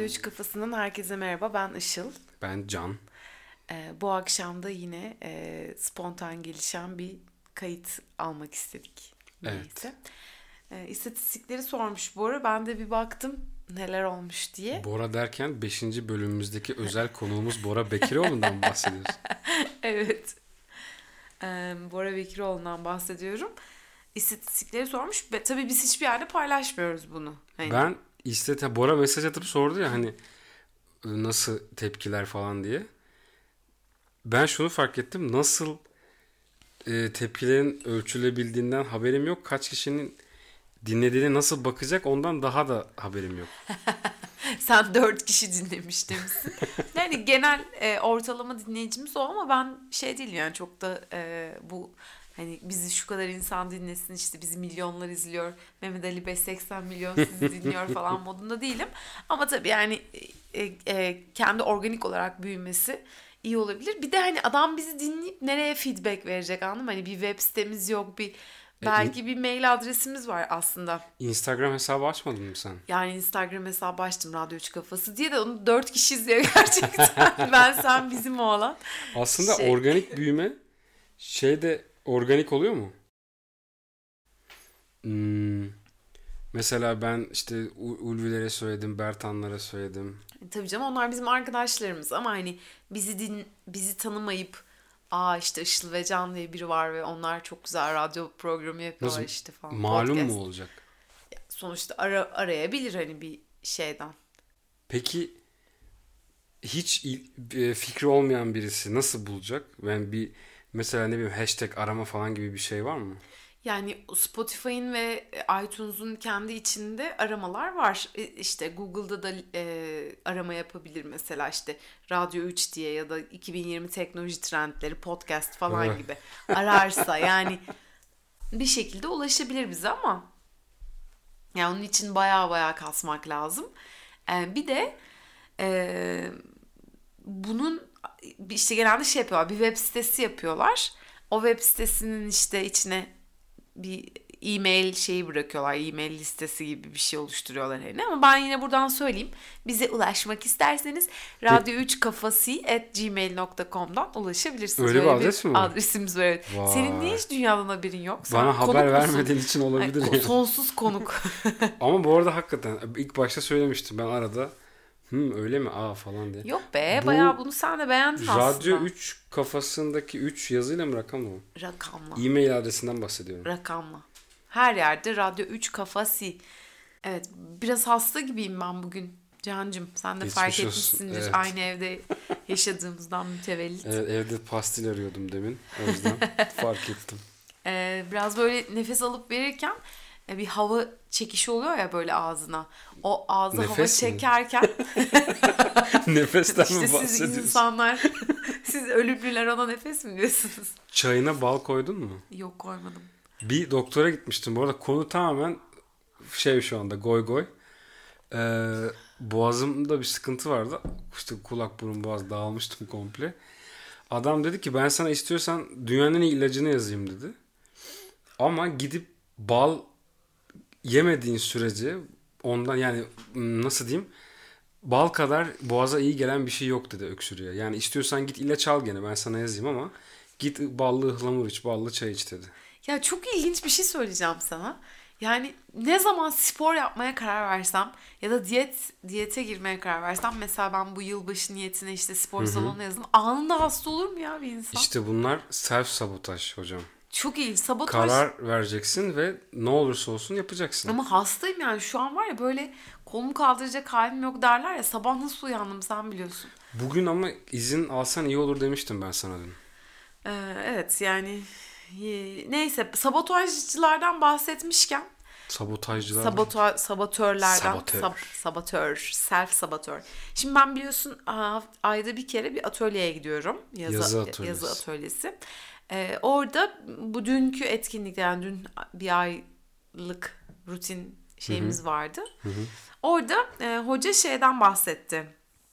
Radyo 3 Kafası'ndan herkese merhaba. Ben Işıl. Ben Can. Bu akşam da yine spontan gelişen bir kayıt almak istedik. Evet. Neyse. İstatistikleri sormuş Bora. Ben de bir baktım neler olmuş diye. Bora derken 5. bölümümüzdeki özel konuğumuz Bora Bekiroğlu'ndan mı bahsediyoruz? Evet. Bora Bekiroğlu'ndan bahsediyorum. İstatistikleri sormuş. Tabii biz hiçbir yerde paylaşmıyoruz bunu. Hani... Ben Bora mesaj atıp sordu ya hani nasıl tepkiler falan diye. Ben şunu fark ettim. Nasıl tepkilerin ölçülebildiğinden haberim yok. Kaç kişinin dinlediğine nasıl bakacak ondan daha da haberim yok. Sen 4 kişi dinlemiş demişsin. Yani genel ortalama dinleyicimiz o ama ben şey değilim yani çok da bu hani bizi şu kadar insan dinlesin işte bizi milyonlar izliyor. Mehmet Ali 580 milyon sizi dinliyor falan modunda değilim. Ama tabii yani kendi organik olarak büyümesi iyi olabilir. Bir de hani adam bizi dinleyip nereye feedback verecek anladın mı? Hani bir web sitemiz yok belki bir mail adresimiz var aslında. Instagram hesabı açmadın mı sen? Yani Instagram hesabı açtım Radyo 3 Kafası diye de onu 4 kişi izliyor gerçekten. Ben sen bizim oğlan. Aslında organik büyüme de organik oluyor mu? Mesela ben işte Ulvilere söyledim, Bertanlara söyledim. Tabii canım onlar bizim arkadaşlarımız ama hani bizi tanımayıp işte Işıl ve Can diye biri var ve onlar çok güzel radyo programı yapıyorlar Nasıl? işte falan. Malum Podcast. mu olacak? Sonuçta arayabilir hani bir şeyden. Peki hiç fikri olmayan birisi nasıl bulacak? Yani mesela ne bileyim hashtag arama falan gibi bir şey var mı? Yani Spotify'ın ve iTunes'un kendi içinde aramalar var. İşte Google'da da arama yapabilir mesela işte Radyo 3 diye ya da 2020 teknoloji trendleri podcast falan gibi ararsa yani bir şekilde ulaşabilir bize ama yani onun için baya kasmak lazım. Bir de bunun işte genelde şey yapıyorlar bir web sitesi yapıyorlar. O web sitesinin işte içine bir e-mail şeyi bırakıyorlar. E-mail listesi gibi bir şey oluşturuyorlar hani. Ama ben yine buradan söyleyeyim. Bize ulaşmak isterseniz radyo3kafasi@gmail.com'dan ulaşabilirsiniz. Öyle bir Böyle adres mi var? adresimiz var. Evet. Senin niye Vay. hiç dünyadan haberin yok? Sen Bana konuk haber musun? vermediğin için olabilir yani. Sonsuz konuk. Ama bu arada hakikaten ilk başta söylemiştim ben arada. Öyle mi? Falan diye. Yok be bayağı Bu bunu sen de beğendin Radyo aslında. 3 kafasındaki 3 yazıyla mı rakamla mı? Rakamla. E-mail adresinden bahsediyorum. Rakamla. Her yerde Radyo 3 Kafasi. Evet biraz hasta gibiyim ben bugün. Cancım sen de Geçmiş fark olsun. etmişsindir Evet. aynı evde yaşadığımızdan mütevellit. Evet, evde pastil arıyordum demin. O yüzden fark ettim. Biraz böyle nefes alıp verirken bir hava çekişi oluyor ya böyle ağzına. O ağza hava Nefes mi? çekerken Nefesten işte mi siz bahsediyorsun? insanlar siz ölümlüler ona nefes mi diyorsunuz? Çayına bal koydun mu? Yok koymadım. Bir doktora gitmiştim. Bu arada konu tamamen şu anda goy goy. Boğazımda bir sıkıntı vardı. İşte kulak burun boğaz dağılmıştım komple. Adam dedi ki ben sana istiyorsan dünyanın en iyi ilacını yazayım dedi. Ama gidip bal yemediğin sürece ondan yani nasıl diyeyim bal kadar boğaza iyi gelen bir şey yok dedi öksürüğe. Yani istiyorsan git ilaç al gene ben sana yazayım ama git ballı ıhlamur iç ballı çay iç dedi. Ya çok ilginç bir şey söyleyeceğim sana. Yani ne zaman spor yapmaya karar versem ya da diyete girmeye karar versem mesela ben bu yılbaşı niyetine işte spor salonuna yazdım. Anında hasta olur mu ya bir insan? İşte bunlar self sabotaj hocam. Çok iyi. Sabotaj. Karar vereceksin ve ne olursa olsun yapacaksın. Ama hastayım yani şu an var ya böyle kolumu kaldıracak halim yok derler ya sabah nasıl uyandım sen biliyorsun. Bugün ama izin alsan iyi olur demiştim ben sana dün. Evet yani neyse sabotajcılardan bahsetmişken Sabotajcılar. sabotörlerden Sabotör. self sabotör. Şimdi ben biliyorsun ayda bir kere bir atölyeye gidiyorum. Yazı Yazı atölyesi. atölyesi. Orada bu dünkü etkinlik yani dün bir aylık rutin şeyimiz vardı. Orada hoca şeyden bahsetti.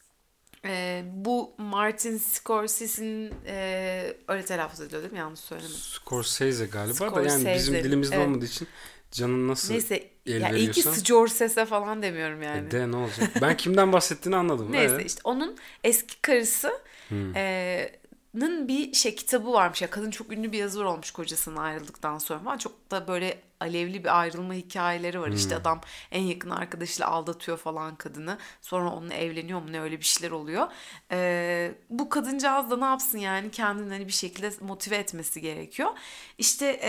Bu Martin Scorsese'nin öyle telaffuz ediyor değil mi? Yanlış söylemedim. Scorsese galiba da yani Scorsese, bizim dilimizde evet. olmadığı için canın nasıl... Neyse el Ya iyi ki veriyorsan. Scorsese falan demiyorum yani. De ne olacak? Ben kimden bahsettiğini anladım. Neyse işte onun eski karısı nın bir kitabı varmış ya, kadın çok ünlü bir yazar olmuş kocasından ayrıldıktan sonra falan, çok da böyle alevli bir ayrılma hikayeleri var. İşte adam en yakın arkadaşıyla aldatıyor falan kadını, sonra onunla evleniyor mu ne, öyle bir şeyler oluyor. Bu kadıncağız da ne yapsın yani, kendini hani bir şekilde motive etmesi gerekiyor. İşte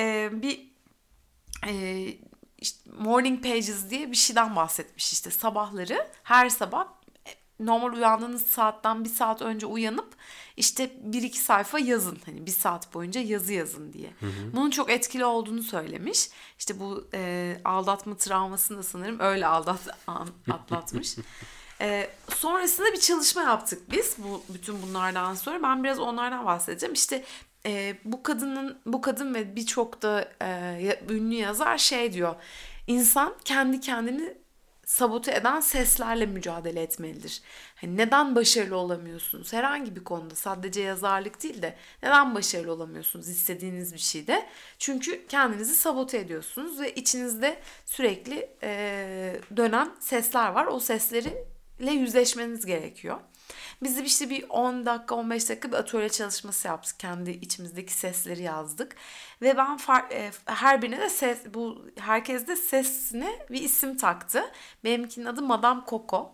işte Morning Pages diye bir şeyden bahsetmiş. İşte sabahları, her sabah normal uyandığınız saatten bir saat önce uyanıp işte bir iki sayfa yazın. Hani bir saat boyunca yazı yazın diye. Bunun çok etkili olduğunu söylemiş. İşte bu aldatma travmasını da sanırım öyle atlatmış. Sonrasında bir çalışma yaptık biz. Bütün bunlardan sonra ben biraz onlardan bahsedeceğim. İşte bu kadın ve birçok da ünlü yazar şey diyor. İnsan kendi kendini sabote eden seslerle mücadele etmelidir. Hani neden başarılı olamıyorsunuz? Herhangi bir konuda, sadece yazarlık değil de neden başarılı olamıyorsunuz istediğiniz bir şeyde? Çünkü kendinizi sabote ediyorsunuz ve içinizde sürekli dönen sesler var. O seslerle yüzleşmeniz gerekiyor. Biz de işte bir 10 dakika 15 dakika bir atölye çalışması yaptık. Kendi içimizdeki sesleri yazdık. Ve ben her birine de herkes de sesine bir isim taktı. Benimkinin adı Madame Coco.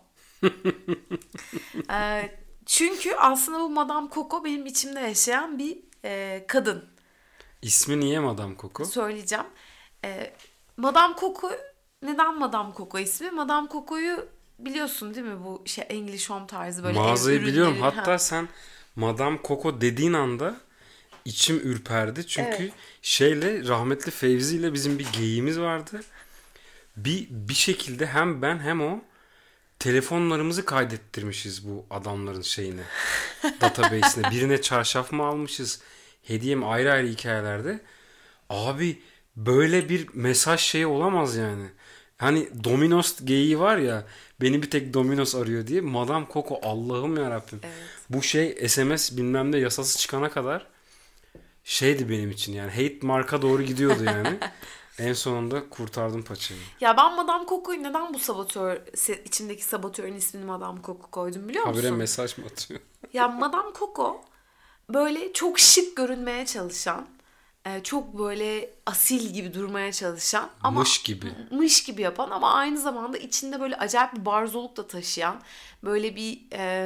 Çünkü aslında bu Madame Coco benim içimde yaşayan bir kadın. İsmi niye Madame Coco? Söyleyeceğim. Madame Coco, neden Madame Coco ismi? Madame Coco'yu biliyorsun değil mi? Bu English Home tarzı böyle Mağazayı ev biliyorum. ürünleri. Hatta sen Madame Coco dediğin anda içim ürperdi. Çünkü Evet. rahmetli Fevzi ile bizim bir geyiğimiz vardı. Bir şekilde hem ben hem o telefonlarımızı kaydettirmişiz bu adamların database'ine. Birine çarşaf mı almışız, hediye mi, ayrı ayrı hikayelerde. Abi böyle bir mesaj olamaz yani. Hani Domino's geyiği var ya, beni bir tek Domino's arıyor diye. Madame Coco, Allah'ım yarabbim. Evet. Bu SMS bilmem ne yasası çıkana kadar benim için yani. Hate marka doğru gidiyordu yani. En sonunda kurtardım paçayı. Ya ben Madame Coco'yu neden bu içimdeki sabotörün ismini Madame Coco koydum biliyor musun? Habire mesaj mı atıyor? Ya Madame Coco böyle çok şık görünmeye çalışan, çok böyle asil gibi durmaya çalışan ama mış gibi yapan ama aynı zamanda içinde böyle acayip bir barzoluk da taşıyan, böyle bir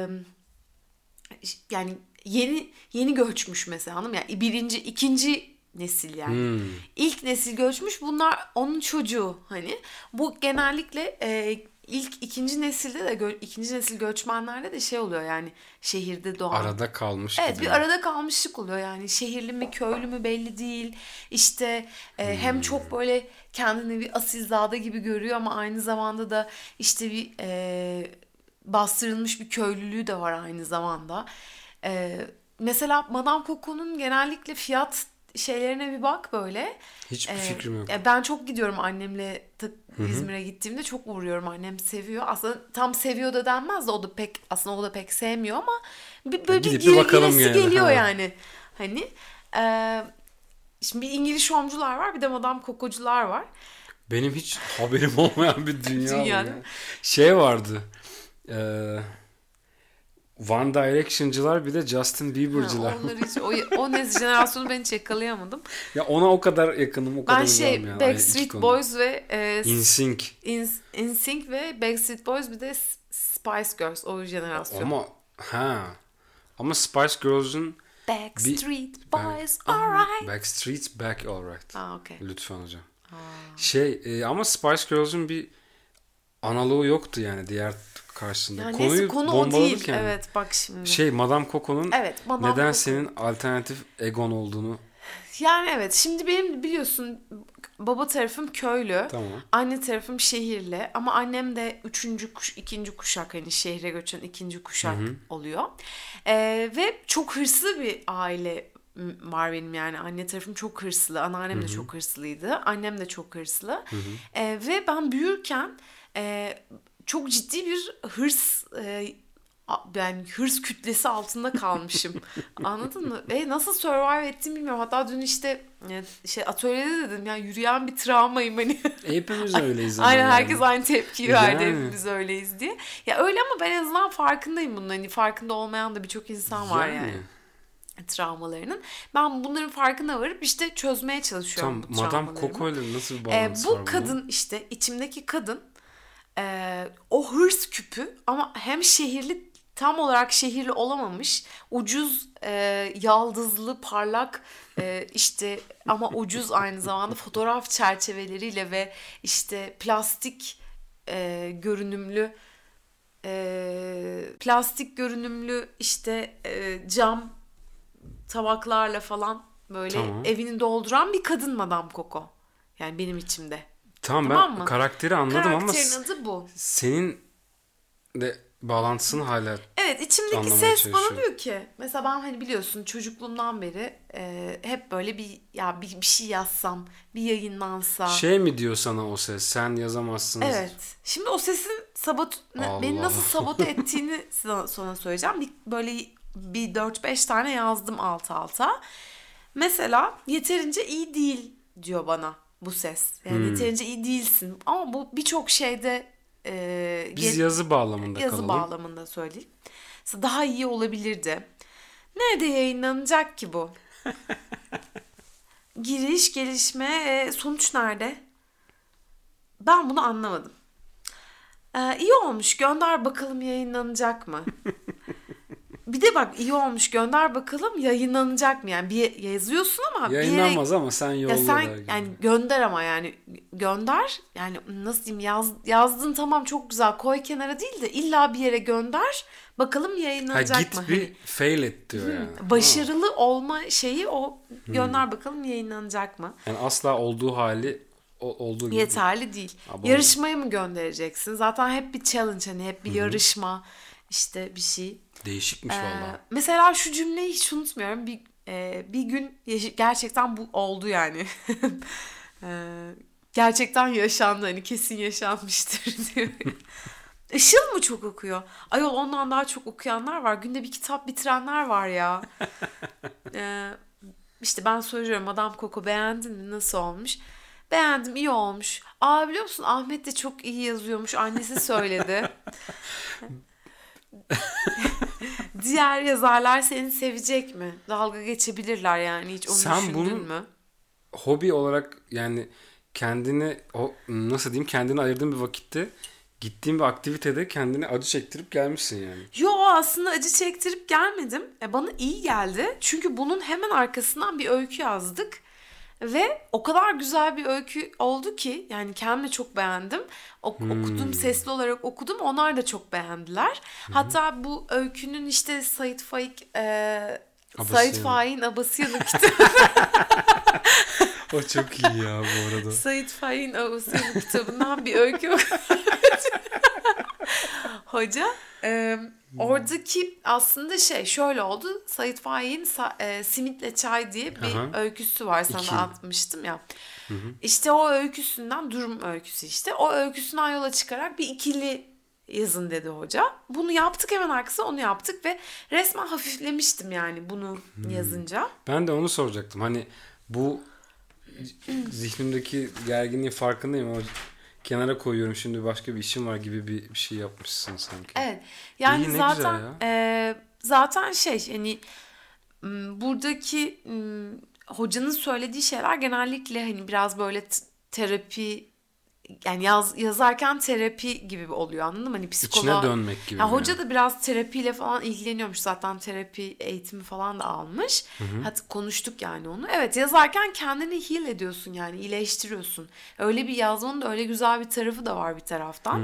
yani yeni göçmüş mesela hanım, yani ikinci nesil yani. İlk nesil göçmüş, bunlar onun çocuğu hani. Bu genellikle ikinci nesilde de ikinci nesil göçmenlerde de oluyor yani, şehirde doğan. Arada kalmış Evet, gibi. bir arada kalmışlık oluyor yani, şehirli mi köylü mü belli değil. İşte hem çok böyle kendini bir asilzade gibi görüyor ama aynı zamanda da işte bir bastırılmış bir köylülüğü de var aynı zamanda. Mesela Madame Coco'nun genellikle fiyat şeylerine bir bak böyle. Hiçbir fikrim yok. Ben çok gidiyorum annemle İzmir'e gittiğimde, çok uğruyorum. Annem seviyor. Aslında tam seviyor da denmez de o da pek sevmiyor ama böyle Gidip bir bakalım giresi yani. geliyor Ha. yani. Hani şimdi bir İngiliz Home'cular var, bir de Madame Coco'cular var. Benim hiç haberim olmayan bir dünya bu Dünya ya. değil mi? Vardı. One Direction'cılar, bir de Justin Bieber'cılar. Onları hiç o nesil jenerasyonu ben hiç yakalayamadım. Ya ona o kadar yakınım, o kadar Ben uzağım yani. Backstreet Boys ve NSYNC. NSYNC ve Backstreet Boys, bir de Spice Girls, o jenerasyon. Ama Spice Girls'ün Backstreet Boys alright. Backstreet's Back Alright. Okay. Lütfen hocam. Ama Spice Girls'ün bir analoğu yoktu yani diğer karşısında. Yani Konuyu konu o değil. bombaladık yani. Evet, bak şimdi. Madame Coco'nun Madame neden Coco. senin alternatif egon olduğunu. Yani evet, şimdi benim biliyorsun baba tarafım köylü. Tamam. Anne tarafım şehirli ama annem de ikinci kuşak, hani şehre göçen ikinci kuşak oluyor. Ve çok hırslı bir aile var benim yani. Anne tarafım çok hırslı. Anneannem de çok hırslıydı. Annem de çok hırslı. Ve ben büyürken çok ciddi bir hırs ben hırs kütlesi altında kalmışım. Anladın mı? Nasıl survive ettiğimi bilmiyorum. Hatta dün işte atölyede dedim ya, yürüyen bir travmayım hani. Hepimiz öyleyiz ama Aynen, yani. herkes aynı tepkiyi verdi, Yani. hepimiz öyleyiz diye. Ya öyle ama ben en azından farkındayım bunun. Hani farkında olmayan da birçok insan var yani. Travmalarının. Ben bunların farkına varıp işte çözmeye çalışıyorum bu Madame travmalarımı. Coco ile nasıl bir bağlantısı var Bu kadın bunun? işte, içimdeki kadın o hırs küpü ama hem şehirli, tam olarak şehirli olamamış, ucuz, yaldızlı, parlak, işte ama ucuz aynı zamanda fotoğraf çerçeveleriyle ve işte plastik görünümlü işte cam tabaklarla falan böyle Tamam. evini dolduran bir kadın Madame Coco. Yani benim içimde. Tamam, Tamam ben mı? karakteri anladım ama Karakterin adı bu. senin de bağlantısını hala Evet, içimdeki anlamaya ses bana çalışıyorum. diyor ki, mesela ben hani biliyorsun çocukluğumdan beri hep böyle bir şey yazsam, bir yayınlansa. Şey mi diyor sana o ses? Sen yazamazsınız. Evet. Şimdi o sesin beni Allah. nasıl sabote ettiğini sonra söyleyeceğim. Böyle bir 4-5 tane yazdım alt alta. Mesela yeterince iyi değil diyor bana bu ses. Yani yeterince iyi değilsin. Ama bu birçok şeyde Biz yazı bağlamında yazı kalalım. bağlamında söyleyeyim. Mesela daha iyi olabilirdi. Nerede yayınlanacak ki bu? Giriş, gelişme, sonuç nerede? Ben bunu anlamadım. İyi olmuş, gönder bakalım yayınlanacak mı? Bir de bak, iyi olmuş, gönder bakalım yayınlanacak mı? Yani bir yazıyorsun ama bir yere... Yayınlanmaz ama sen yolla Ya sen der gibi. yani gönder, ama yani gönder, yani nasıl diyeyim, yazdın tamam, çok güzel, koy kenara değil de illa bir yere gönder bakalım yayınlanacak Git mı? bir Hani fail et diyor yani. başarılı olma şeyi o, gönder bakalım yayınlanacak mı? Yani asla olduğu hali olduğu gibi. Yeterli değil. Abo. Yarışmaya mı göndereceksin? Zaten hep bir challenge, hani hep bir yarışma, işte bir şey. Değişikmiş valla. Mesela şu cümleyi hiç unutmuyorum. Bir gün gerçekten bu oldu yani. Gerçekten yaşandı, hani kesin yaşanmıştır diyor. Işıl mı çok okuyor? Ayol, ondan daha çok okuyanlar var. Günde bir kitap bitirenler var ya. İşte ben soruyorum, Madame Coco beğendin mi? Nasıl olmuş? Beğendim, iyi olmuş. Biliyor musun, Ahmet de çok iyi yazıyormuş. Annesi söyledi. Diğer yazarlar seni sevecek mi? Dalga geçebilirler yani. Hiç onu Sen düşündün bunu mü? hobi olarak, yani nasıl diyeyim, kendine ayırdığın bir vakitte gittiğin bir aktivitede kendine acı çektirip gelmişsin yani. Yo, aslında acı çektirip gelmedim. Bana iyi geldi. Çünkü bunun hemen arkasından bir öykü yazdık. Ve o kadar güzel bir öykü oldu ki, yani kendimi çok beğendim. Okudum, sesli olarak okudum. Onlar da çok beğendiler. Hatta bu öykünün işte Sait Faik'in Abasıyan'ın kitabı. O çok iyi ya bu arada. Sait Faik'in Abasıyan'ın kitabından bir öykü okudum. Hoca oradaki aslında şöyle oldu. Sait Faik'in Simitle Çay diye bir Aha. öyküsü var, sana İki. atmıştım ya. İşte o öyküsünden, durum öyküsü işte. O öyküsünden yola çıkarak bir ikili yazın dedi hoca. Bunu yaptık, hemen arkasına onu yaptık ve resmen hafiflemiştim yani bunu yazınca. Ben de onu soracaktım. Hani bu zihnimdeki gerginliğin farkındayım ama kenara koyuyorum, şimdi başka bir işim var gibi bir şey yapmışsın sanki. Evet. Yani İyi, ne zaten güzel ya. zaten hani buradaki hocanın söylediği şeyler genellikle hani biraz böyle terapi, yani yazarken terapi gibi oluyor, anladın mı? Hani psikoloğa... İçine dönmek gibi. Ya hoca yani. da biraz terapiyle falan ilgileniyormuş, zaten terapi eğitimi falan da almış. Hatta konuştuk yani onu. Evet, yazarken kendini heal ediyorsun, yani iyileştiriyorsun. Öyle bir yazmanın da öyle güzel bir tarafı da var bir taraftan.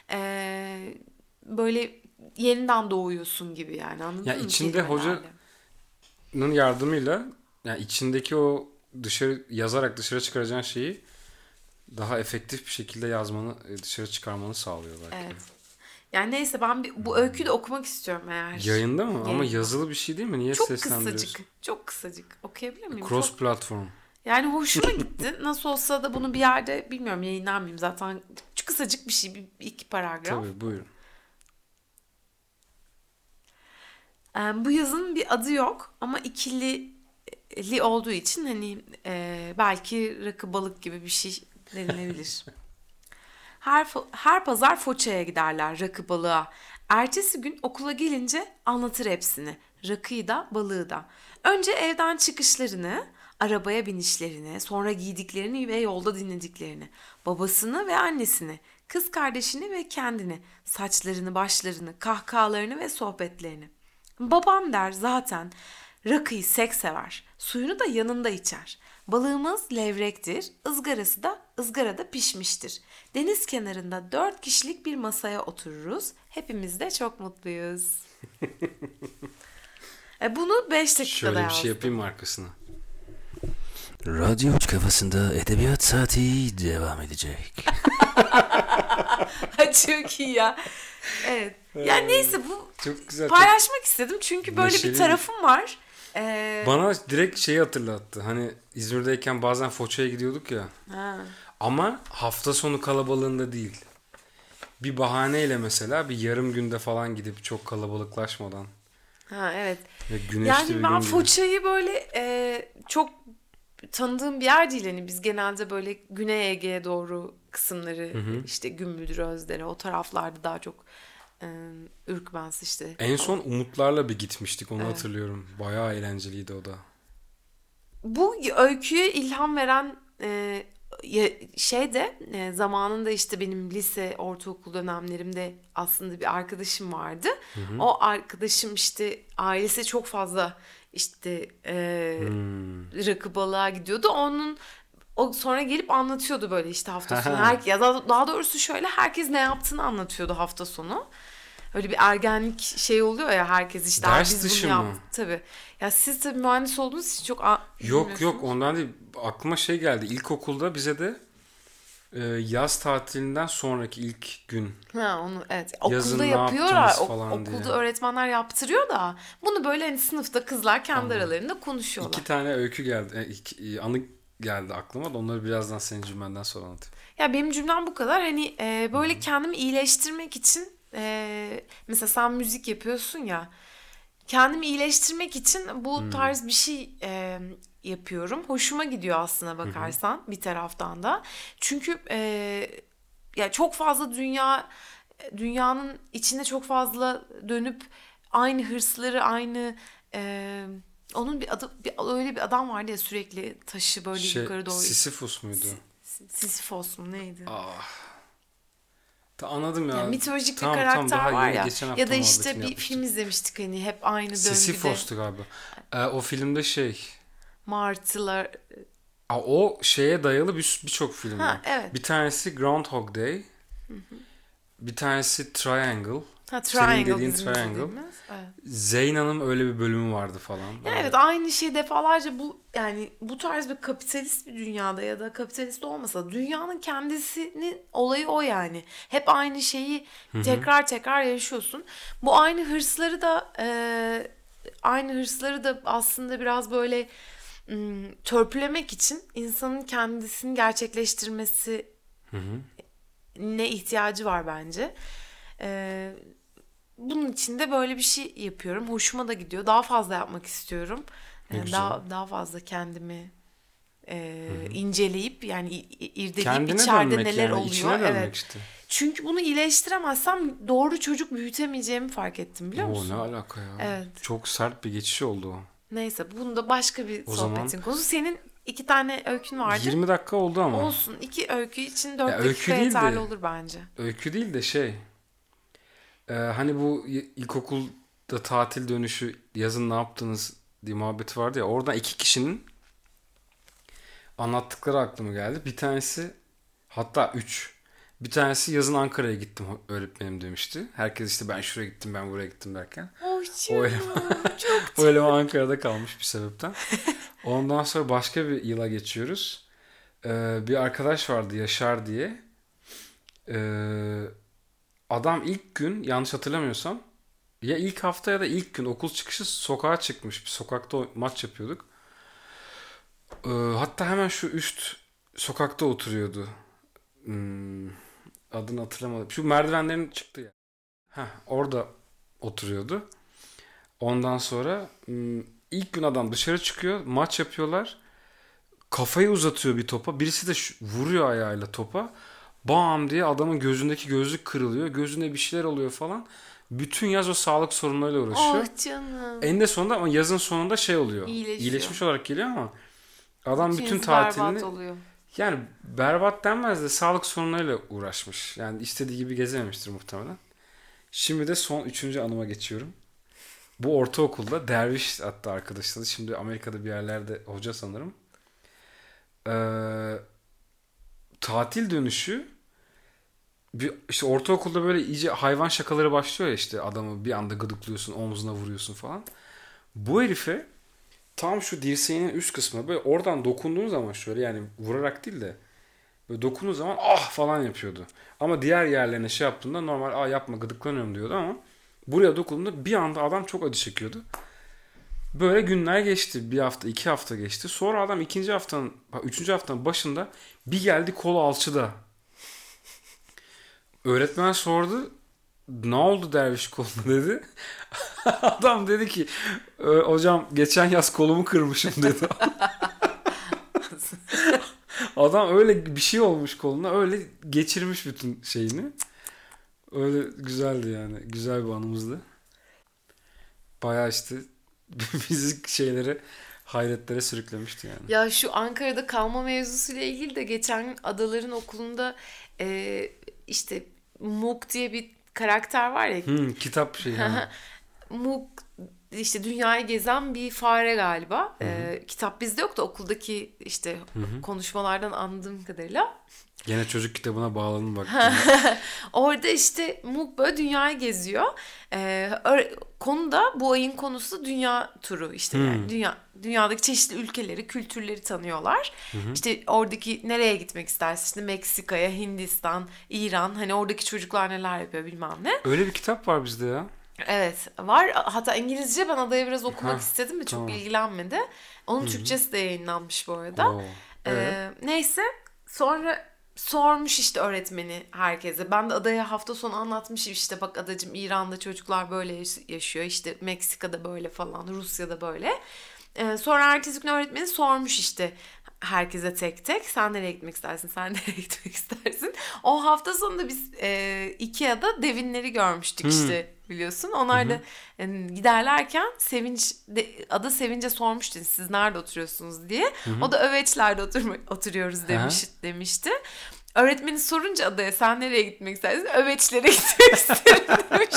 Böyle yeniden doğuyorsun gibi, yani anladın Ya mı? içinde Kelimelerle. hocanın yardımıyla, yani içindeki o yazarak dışarı çıkaracağın şeyi daha efektif bir şekilde yazmanı, dışarı çıkarmanı sağlıyor belki. Evet. Yani neyse, ben bu öyküyü de okumak istiyorum eğer. Yayında mı? Ama Yayında. yazılı bir şey değil mi? Niye Çok seslendiriyorsun? kısacık. Çok kısacık. Okuyabilir miyim? Cross Çok... platform. Yani hoşuma gitti. Nasıl olsa da bunu bir yerde, bilmiyorum, yayınlar mıyım? Zaten çok kısacık bir şey. Bir iki paragraf. Tabii, buyurun. Bu yazının bir adı yok ama ikili olduğu için hani belki rakı balık gibi bir şey denilebilir. Her pazar Foça'ya giderler rakı balığa. Ertesi gün okula gelince anlatır hepsini. Rakıyı da balığı da. Önce evden çıkışlarını, arabaya binişlerini, sonra giydiklerini ve yolda dinlediklerini. Babasını ve annesini, kız kardeşini ve kendini, saçlarını, başlarını, kahkahalarını ve sohbetlerini. Babam der zaten rakıyı sek sever, suyunu da yanında içer. Balığımız levrektir, ızgarası da ızgarada pişmiştir. Deniz kenarında 4 kişilik bir masaya otururuz. Hepimiz de çok mutluyuz. Bunu 5 dakikada Şöyle bir yazdım. şey yapayım mı arkasına? Radyo kafasında edebiyat saati devam edecek. Çok iyi ya. Evet. Yani neyse bu Çok güzel. paylaşmak istedim çünkü böyle neşeli bir tarafım var. Bana direkt şeyi hatırlattı. Hani İzmir'deyken bazen Foça'ya gidiyorduk ya. Ha. Ama hafta sonu kalabalığında değil. Bir bahaneyle mesela bir yarım günde falan gidip çok kalabalıklaşmadan. Ha, evet. Ve güneşli Yani bir ben gün gibi. Foça'yı böyle çok tanıdığım bir yer değil. Hani biz genelde böyle Güney Ege'ye doğru kısımları işte Gümbüldür, Özdere o taraflarda daha çok Ürkmez işte. En son Umutlarla bir gitmiştik, onu hatırlıyorum. Bayağı eğlenceliydi o da. Bu öyküye ilham veren zamanında işte benim lise, ortaokul dönemlerimde aslında bir arkadaşım vardı. O arkadaşım işte ailesi çok fazla işte rakı balığa gidiyordu. O sonra gelip anlatıyordu böyle işte hafta sonu. Ya daha doğrusu şöyle herkes ne yaptığını anlatıyordu hafta sonu. Öyle bir ergenlik şey oluyor ya herkes işte Ders biz dışı bunu mı? yaptık. Tabii. Ya siz tabii mühendis olduğunuz için çok Yok ondan değil. Aklıma şey geldi. İlkokulda bize de yaz tatilinden sonraki ilk gün. Ha onu evet. Yazın Okulda ne yapıyorlar. yaptınız falan Okulda diye. öğretmenler yaptırıyor da bunu böyle hani sınıfta kızlar kendi aralarında konuşuyorlar. 2 tane öykü geldi. Anı geldi aklıma da onları birazdan senin cümlenden sonra anlatayım. Ya benim cümlem bu kadar. Hani böyle kendimi iyileştirmek için mesela sen müzik yapıyorsun ya. Kendimi iyileştirmek için bu tarz bir şey yapıyorum. Hoşuma gidiyor aslına bakarsan bir taraftan da. Çünkü ya çok fazla dünyanın içinde çok fazla dönüp aynı hırsları aynı onun öyle bir adam vardı ya sürekli taşı böyle yukarı doğru. Sisyphus muydu? Sisyphos mu neydi? Anladım ya. Yani mitolojik Tamam, bir karakter daha var yeni ya. geçen hafta Ya da işte muhabbetini bir yapmıştık. film izlemiştik hani hep aynı döngüde. Sisyphos'tu galiba. O filmde Martılar. O şeye dayalı birçok film var. Ha evet. Bir tanesi Groundhog Day. Bir tanesi Triangle. Ha Senin Triangle dediğin bizim Triangle. izlediğimiz. Evet. Zeyn Hanım öyle bir bölümü vardı falan. Ya Böyle. evet aynı şey defalarca yani bu tarz bir kapitalist bir dünyada ya da kapitalist olmasa dünyanın kendisinin olayı o yani. Hep aynı şeyi tekrar tekrar yaşıyorsun. Bu aynı hırsları da aslında biraz böyle törpülemek için insanın kendisini gerçekleştirmesi ne ihtiyacı var bence. Bunun için de böyle bir şey yapıyorum. Hoşuma da gidiyor. Daha fazla yapmak istiyorum. Daha fazla kendimi inceleyip yani irdeleyip Kendine içeride dönmek neler yani, oluyor. içine dönmek Evet. işte. Çünkü bunu iyileştiremezsem doğru çocuk büyütemeyeceğimi fark ettim biliyor musun? Ne alaka ya? Evet. Çok sert bir geçiş oldu o. Neyse bunu da başka bir O sohbetin zaman- konusu. Senin 2 tane öykün vardı. 20 dakika oldu ama. Olsun. 2 öykü için 4 Ya öykü dakika değil de- yeterli olur bence. Öykü değil de hani bu ilkokulda tatil dönüşü yazın ne yaptınız diye muhabbeti vardı ya. Oradan 2 kişinin anlattıkları aklıma geldi. Bir tanesi, hatta 3. Bir tanesi yazın Ankara'ya gittim öğretmenim demişti. Herkes işte ben şuraya gittim, ben buraya gittim derken. O eleman Ankara'da kalmış bir sebepten. Ondan sonra başka bir yıla geçiyoruz. Bir arkadaş vardı Yaşar diye. Adam ilk gün, yanlış hatırlamıyorsam, ya ilk hafta ya da ilk gün okul çıkışı sokağa çıkmış. Bir sokakta maç yapıyorduk. Hatta hemen şu üst sokakta oturuyordu. Adını hatırlamadım. Şu merdivenlerin çıktı ya. Orada oturuyordu. Ondan sonra ilk gün adam dışarı çıkıyor. Maç yapıyorlar. Kafayı uzatıyor bir topa. Birisi de vuruyor ayağıyla topa. Bam diye adamın gözündeki gözlük kırılıyor. Gözünde bir şeyler oluyor falan. Bütün yaz o sağlık sorunlarıyla uğraşıyor. Oh canım. Eninde sonunda ama yazın sonunda şey oluyor. İyileşiyor. İyileşmiş olarak geliyor ama adam bütün İkiniz tatilini berbat oluyor. yani berbat denmez de sağlık sorunlarıyla uğraşmış. Yani istediği gibi gezememiştir muhtemelen. Şimdi de son 3. anıma geçiyorum. Bu ortaokulda derviş hatta arkadaşları. Şimdi Amerika'da bir yerlerde hoca sanırım. Tatil dönüşü işte ortaokulda böyle iyice hayvan şakaları başlıyor ya, işte adamı bir anda gıdıklıyorsun, omzuna vuruyorsun falan. Bu herife tam şu dirseğinin üst kısmı böyle oradan dokunduğun zaman şöyle, yani vurarak değil de böyle dokunduğun zaman ah falan yapıyordu. Ama diğer yerlerine şey yaptığında normal ah yapma gıdıklanıyorum diyordu ama buraya dokunduğunda bir anda adam çok acı çekiyordu. Böyle günler geçti. 1 hafta, 2 hafta geçti. Sonra adam 3. haftanın başında bir geldi, kolu alçıda. Öğretmen sordu. Ne oldu derviş koluna dedi. Adam dedi ki hocam geçen yaz kolumu kırmışım dedi. Adam öyle bir şey olmuş koluna. Öyle geçirmiş bütün şeyini. Öyle güzeldi yani. Güzel bir anımızdı. Bayağı işte bizi şeylere, hayretlere sürüklemişti yani. Ya şu Ankara'da kalma mevzusuyla ilgili de geçen Adaların okulunda işte Muk diye bir karakter var ya. Kitap şeyi. Yani. Muk işte dünyayı gezen bir fare galiba. Kitap bizde yok da okuldaki işte konuşmalardan anladığım kadarıyla. Gene çocuk kitabına bağlanın bak. Orada işte Muk böyle dünyayı geziyor. Konu da bu ayın konusu dünya turu işte yani dünyadaki çeşitli ülkeleri, kültürleri tanıyorlar. İşte oradaki nereye gitmek istersin? İşte Meksika'ya, Hindistan, İran, hani oradaki çocuklar neler yapıyor bilmem ne. Öyle bir kitap var bizde ya. Evet var. Hatta İngilizce ben adaya biraz okumak istedim de çok tamam. ilgilenmedi. Onun Türkçesi de yayınlanmış bu arada. Oo, evet. Neyse sonra sormuş işte öğretmeni herkese. Ben de adaya hafta sonu anlatmışım işte bak adacığım İran'da çocuklar böyle yaşıyor. İşte Meksika'da böyle falan, Rusya'da böyle. Sonra ertesi gün öğretmeni sormuş işte herkese tek tek. Sen nereye gitmek istersin? Sen nereye gitmek istersin? O hafta sonunda biz Ikea'da devinleri görmüştük işte biliyorsun. Onlar da giderlerken Ada Sevinç'e sormuştu siz nerede oturuyorsunuz diye. O da Öveçler'de oturuyoruz demişti. Öğretmeni sorunca adaya sen nereye gitmek istersin? Öveçlere gitmek isterim demiş.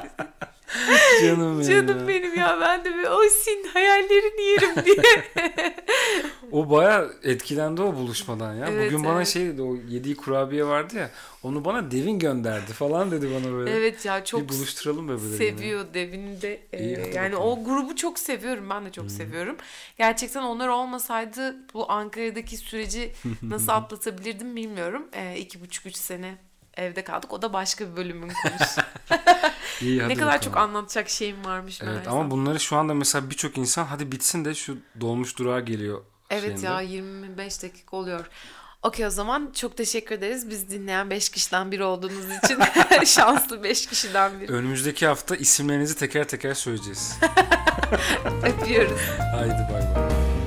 Canım benim ya, ben de böyle o senin hayallerini yerim diye. O bayağı etkilendi o buluşmadan ya. Evet, Bugün bana evet. şey dedi, o yediği kurabiye vardı ya, onu bana Devin gönderdi falan dedi bana böyle. Evet ya, çok bir buluşturalım bebeleri. seviyor Devin'i de. İyi, Yani bakalım. o grubu çok seviyorum. Ben de çok seviyorum. Gerçekten onlar olmasaydı bu Ankara'daki süreci nasıl atlatabilirdim bilmiyorum. 2,5-3 sene evde kaldık. O da başka bir bölümün konusu. İyi, hadi Ne kadar bakalım. çok anlatacak şeyim varmış Evet meğersem. ama bunları şu anda mesela birçok insan hadi bitsin de şu dolmuş durağa geliyor. Evet şeyinde. ya, 25 dakika oluyor. Okey, o zaman çok teşekkür ederiz. Biz dinleyen 5 kişiden biri olduğunuz için şanslı 5 kişiden biri. Önümüzdeki hafta isimlerinizi teker teker söyleyeceğiz. Öpüyoruz. Haydi bay bay.